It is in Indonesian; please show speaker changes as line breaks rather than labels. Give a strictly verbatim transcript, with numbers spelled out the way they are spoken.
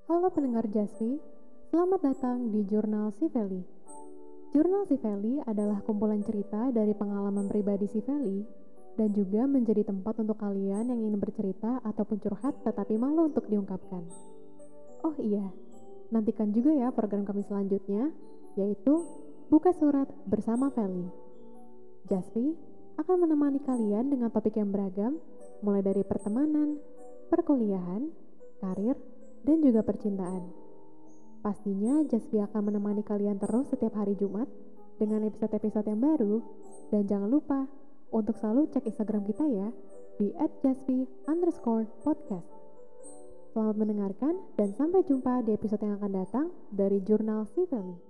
Halo pendengar Jaspi, selamat datang di Jurnal Si Feli. Jurnal Si Feli adalah kumpulan cerita dari pengalaman pribadi Si Feli dan juga menjadi tempat untuk kalian yang ingin bercerita ataupun curhat tetapi malu untuk diungkapkan. Oh iya, nantikan juga ya program kami selanjutnya, yaitu Buka Surat Bersama Feli. Jaspi akan menemani kalian dengan topik yang beragam, mulai dari pertemanan, perkuliahan, karir, dan juga percintaan. Pastinya Jaspi akan menemani kalian terus setiap hari Jumat dengan episode-episode yang baru. Dan jangan lupa untuk selalu cek Instagram kita ya di at jaspi underscore podcast. Selamat mendengarkan dan sampai jumpa di episode yang akan datang dari Jurnal Si Feli.